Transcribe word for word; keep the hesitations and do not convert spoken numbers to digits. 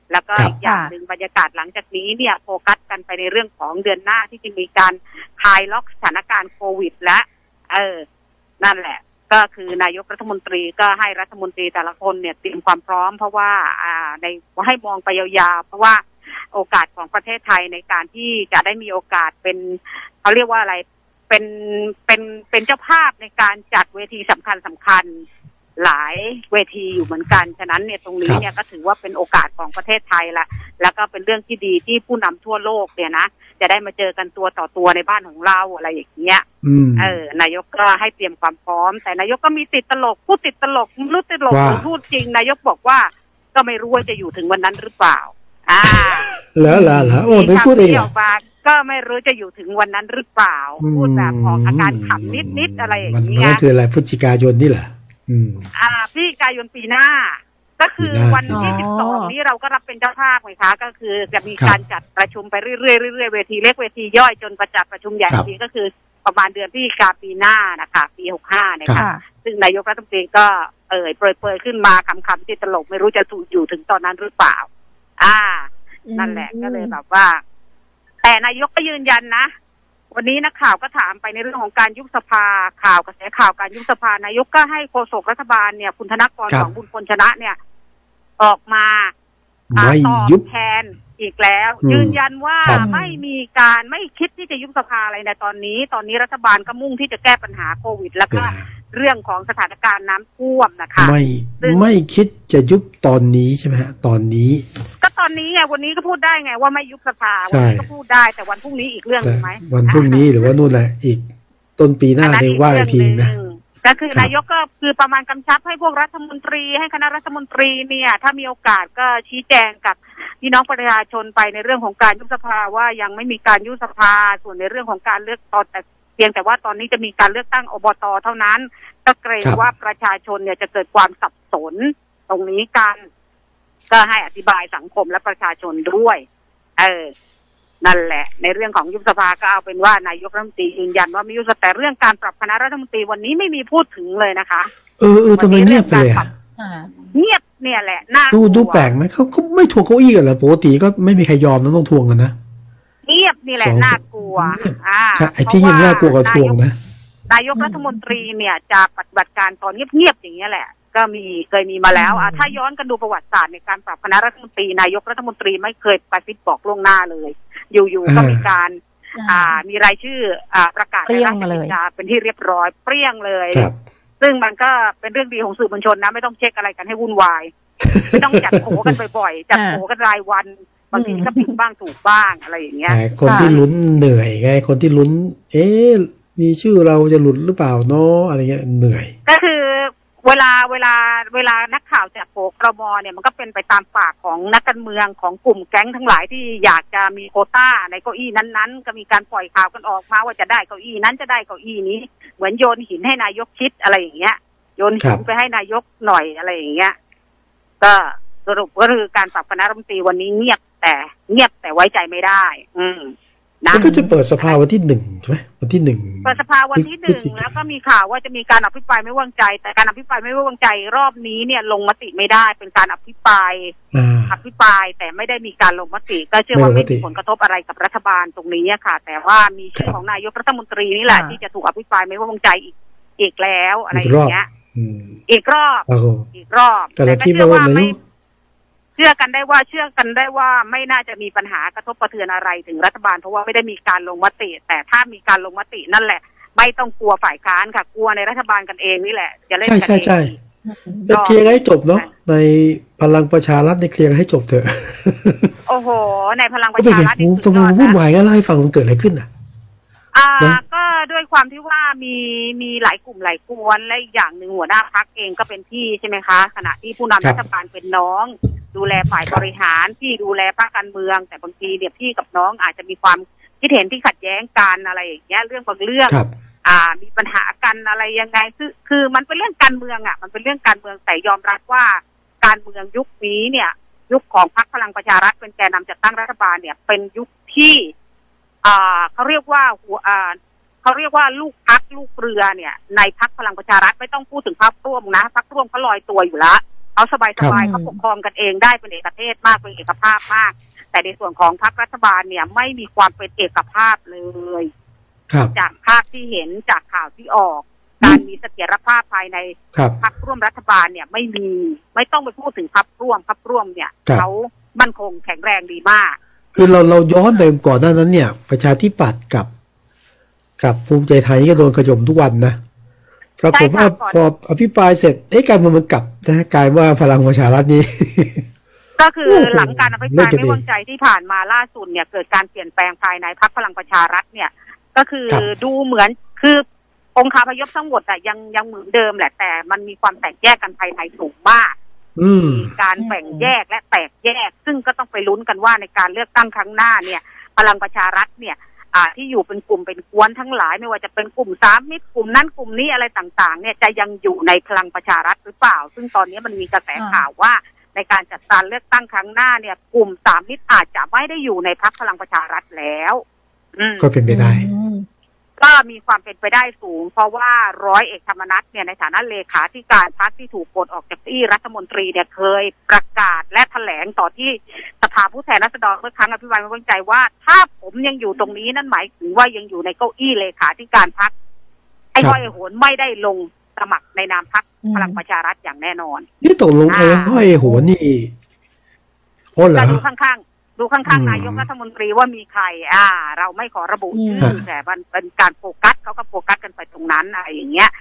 แล้วก็อีกอย่างหนึ่งบรรยากาศหลังจากนี้เนี่ยโฟกัสกันไปในเรื่องของเดือนหน้าที่จะมีการคลายล็อกสถานการณ์โควิดและเออนั่นแหละก็คือนายกรัฐมนตรีก็ให้รัฐมนตรีแต่ละคนเนี่ยเตรียมความพร้อมเพราะว่าอ่าในให้มองไปยาวๆเพราะว่าโอกาสของประเทศไทยในการที่จะได้มีโอกาสเป็นเขาเรียกว่าอะไรเป็นเป็นเป็นเจ้าภาพในการจัดเวทีสำคัญสำคัญหลายเวทีอยู่เหมือนกันฉะนั้นเนี่ยตรงนี้เนี่ยก็ถือว่าเป็นโอกาสของประเทศไทยละแล้วก็เป็นเรื่องที่ดีที่ผู้นำทั่วโลกเนี่ยนะจะได้มาเจอกันตัวต่อตัวในบ้านของเราอะไรอย่างเงี้ยเออนายกก็ให้เตรียมความพร้อมแต่นายกก็มีติดตลกพูดติดตลกรู้ติดตลกหรือพูดจริงนายกบอกว่าก็ไม่รู้ว่าจะอยู่ถึงวันนั้นหรือเปล่าอ่าแล้วล่ะล่ะโอ้ไม่พูดเองก็ไม่รู้จะอยู่ถึงวันนั้นหรือเปล่าพูดแบบออกอาการขำนิดๆอะไรอย่างเงี้ยมันก็คืออะไรพฤศจิกายนนี่แหละอืมอ่าพฤศจิกายนปีหน้าก็คือวันที่สิบสองนี้เราก็รับเป็นเจ้าภาพไงคะก็คือจะมีการจัดประชุมไปเรื่อยๆเรื่อยๆเวทีเล็กเวทีย่อยจนประจัดประชุมใหญ่ทีก็คือประมาณเดือนพฤศจิกาปีหน้านะคะปีหกสิบห้าเนี่ยค่ะซึ่งนายกรัฐมนตรีก็เอ่ยเปรยๆขึ้นมาคำๆที่ตลกไม่รู้จะอยู่ถึงตอนนั้นหรือเปล่าอ่านั่นแหละก็เลยแบบว่าแต่นายกก็ยืนยันนะวันนี้นักข่าวก็ถามไปในเรื่องของการยุบสภาข่าวกระแสข่าวการยุบสภานายกก็ให้โฆษกรัฐบาลเนี่ยคุณธนกร สองบุญคนชนะเนี่ยออกมาตอบแทนอีกแล้วยืนยันว่าไม่มีการไม่คิดที่จะยุบสภาอะไรในตอนนี้ตอนนี้รัฐบาลก็มุ่งที่จะแก้ปัญหาโควิดแล้วก็เรื่องของสถานการณ์น้ำท่วมนะคะไม่ไม่คิดจะยุบตอนนี้ใช่ไหมฮะตอนนี้ก็ตอนนี้ไงวันนี้ก็พูดได้ไงว่าไม่ยุบสภาวันนี้ก็พูดได้แต่วันพรุ่งนี้อีกเรื่องนึงไหมวันพรุ่งนี้หรือว่านู่นแหละอีกต้นปีหน้าเนี่ยว่าอีกทีนะก็คือนายกก็คือประมาณกำชับให้พวกรัฐมนตรีให้คณะรัฐมนตรีเนี่ยถ้ามีโอกาสก็ชี้แจงกับพี่น้องประชาชนไปในเรื่องของการยุบสภาว่ายังไม่มีการยุบสภาส่วนในเรื่องของการเลือกตอนแต่เพียงแต่ว่าตอนนี้จะมีการเลือกตั้งอบต.เท่านั้นก็เกรงว่าประชาชนเนี่ยจะเกิดความสับสนตรงนี้กันก็ให้อธิบายสังคมและประชาชนด้วยเออนั่นแหละในเรื่องของยุบสภาก็เอาเป็นว่านายกรัฐมนตรียืนยันว่าไม่ยุบแต่เรื่องการปรับคณะรัฐมนตรีวันนี้ไม่มีพูดถึงเลยนะคะเออเออทำไมเงียบไปเลยเงียบเนี่ยแหละน่าดูดูแปลกไหมเขาเขาไม่ทวงเก้าอี้กันเหรอปกติก็ไม่มีใครยอมนะต้องทวงกันนะเงียบนี่แหละน่ากลัวอ่าไอ้ที่ยังน่ากลัวกว่าทวงนะนายกรัฐมนตรีเนี่ยจะปฏิบัติการตอนเงียบๆอย่างเงี้ยแหละก็มีเคยมีมาแล้วอ่ะถ้าย้อนกันดูประวัติศาสตร์ในการปรับคณะรัฐมนตรีนายกรัฐมนตรีไม่เคยกระซิบบอกล่วงหน้าเลยอยู่ๆก็มีการอ่ามีรายชื่ออ่าประกาศในราชกิจจาเป็นที่เรียบร้อยเปรี้ยงเลยซึ่งมันก็เป็นเรื่องดีของสื่อมวลชนนะไม่ต้องเช็คอะไรกันให้วุ่นวายไม่ต้องจัดโผกันบ่อยๆจัดโผกันรายวันบางทีก็ผิดบ้างถูกบ้างอะไรอย่างเงี้ยคนที่ลุ้นเหนื่อยไงคนที่ลุ้นเอ๊ะมีชื่อเราจะหลุดหรือเปล่าเนาะอะไรเงี้ยเหนื่อยก็คือเวลาเวลาเวลานักข่าวจัดโผกรมเนี่ยมันก็เป็นไปตามปากของนักการเมืองของกลุ่มแก๊งทั้งหลายที่อยากจะมีโควต้าในเก้าอี้นั้นๆก็มีการปล่อยข่าวกันออกมาว่าจะได้เก้าอี้นั้นจะได้เก้าอี้นี้เหมือนโยนหินให้นายกชิดอะไรอย่างเงี้ยโยนหินไปให้นายกหน่อยอะไรอย่างเงี้ยก็สรุปก็คือการปรับคณะรัฐมนตรีวันนี้เงียบแต่เงียบแต่ไว้ใจไม่ได้อืมแล้วก็จะเปิดสภาวันที่หนึ่งใช่ไหมวันที่หนึ่งเปิดสภาวันที่หนึ่งแล้วก็มีข่าวว่าจะมีการอภิปรายไม่ไว้วางใจแต่การอภิปรายไม่ไว้วางใจรอบนี้เนี่ยลงมติไม่ได้เป็นการอภิปรายอภิปรายแต่ไม่ได้มีการลงมติก็เชื่อว่าไม่มีผลกระทบอะไรกับรัฐบาลตรงนี้ค่ะแต่ว่ามีชื่อของนายกรัฐมนตรีนี่แหละที่จะถูกอภิปรายไม่ไว้วางใจอีกอีกแล้วอะไรอย่างเงี้ยอีกรอบอีกรอบแต่ก็เชื่อว่าไม่เชื่อกันได้ว่าเชื่อกันได้ว่าไม่น่าจะมีปัญหากระทบกระเทือนอะไรถึงรัฐบาลเพราะว่าไม่ได้มีการลงมติแต่ถ้ามีการลงมตินั่นแหละไม่ต้องกลัวฝ่ายค้านค่ะกลัวในรัฐบาลกันเองนี่แหละจะเล่นกันเองใช่ใช่ใช่เคลียร์ให้จบเนาะในพลังประชารัฐในเคลียร์ให้จบเถอะโอ้โหในพลังประชารัฐนี่ทำไมวุ่นวายกันไล่ฟังมันเกิดอะไรขึ้นอ่ะอ่าก็ด้วยความที่ว่ามีมีหลายกลุ่มหลายกวนและอีกอย่างหนึ่งหัวหน้าพรรคเองก็เป็นพี่ใช่ไหมคะขณะที่ผู้นำรัฐบาลเป็นน้องดูแลฝ่ายบริหารที่ดูแลภาคการเมืองแต่บางทีเดี๋ยวพี่กับน้องอาจจะมีความคิดเห็นที่ขัดแย้งกันอะไรอย่างเงี้ยเรื่องบางเรื่องอ่ามีปัญหากันอะไรยังไงคือคือมันเป็นเรื่องการเมืองอ่ะมันเป็นเรื่องการเมืองแต่ยอมรับว่าการเมืองยุคนี้เนี่ยยุคของพรรคพลังประชารัฐเป็นแกนนำจัดตั้งรัฐบาลเนี่ยเป็นยุคที่อ่าเขาเรียกว่าหัวอ่าเขาเรียกว่าลูกพรรคลูกเรือเนี่ยในพรรคพลังประชารัฐไม่ต้องพูดถึงพรรคร่วมนะพรรคร่วมเขาลอยตัวอยู่แล้วเขาสบายๆเขาปกครองกันเองได้เป็นเอกเทศมากเป็นเอกภาพมากแต่ในส่วนของพรรครัฐบาลเนี่ยไม่มีความเป็นเอกภาพเลยจากภาพที่เห็นจากข่าวที่ออกการมีเสถียรภาพภายในพรรคร่วมรัฐบาลเนี่ยไม่มีไม่ต้องไปพูดถึงพรรคร่วมพรรคร่วมเนี่ยเขามั่นคงแข็งแรงดีมากคือเราเราย้อนไปก่อนหน้านั้นเนี่ยประชาธิปัตย์กับกับภูมิใจไทยก็โดนขยมทุกวันนะปรากฏว่าพออภิปรายเสร็จเอ๊ะการเมืองมันกลับนะกลายว่าพลังประชารัฐนี้ก็คือหลังการอภิปรายไม่ไว้วางใจที่ผ่านมาล่าสุดเนี่ยเกิดการเปลี่ยนแปลงภายในพรรคพลังประชารัฐเนี่ยก็คือดูเหมือนคือองค์คาพยพทั้งหมดอะยังยังเหมือนเดิมแหละแต่มันมีความแตกแยกกันภายในสูงมากมีการแบ่งแยกและแตกแยกซึ่งก็ต้องไปลุ้นกันว่าในการเลือกตั้งครั้งหน้าเนี่ยพลังประชารัฐเนี่ยอ่าที่อยู่เป็นกลุ่มเป็นกวนทั้งหลายไม่ว่าจะเป็นกลุ่มสามมิตรกลุ่มนั้นกลุ่มนี้อะไรต่างๆเนี่ยจะยังอยู่ในพลังประชารัฐหรือเปล่าซึ่งตอนนี้มันมีกระแสข่าวว่าในการจัดการเลือกตั้งครั้งหน้าเนี่ยกลุ่มสามมิตรอาจจะไม่ได้อยู่ในพรรคพลังประชารัฐแล้วก็เป็นไปได้ก็มีความเป็นไปได้สูงเพราะว่าร้อยเอกธรรมนัสเนี่ยในฐานะเลขาธิการพรรคที่ถูกปลดออกจากที่รัฐมนตรีเนี่ยเคยประกาศและแถลงต่อที่สภาผู้แทนราษฎรเมื่อครั้งอภิปรายไม่ไว้วางใจว่าถ้าผมยังอยู่ตรงนี้นั่นหมายถึงว่ายังอยู่ในเก้าอี้เลขาธิการพรรคไอ้ห้อยโหนไม่ได้ลงสมัครในนามพรรคพลังประชารัฐอย่างแน่นอนนี่ตกลงไอ้ห้อยโหนนี่โอ้เหรอดูข้างๆดูข้างๆนายกรัฐมนตรีว่ามีใครอ่าเราไม่ขอระบุชื่อแต่มันเป็นการโฟกัสเขาก็โฟกัสกันไปตรงนั้นอะไรอย่างเงี้ย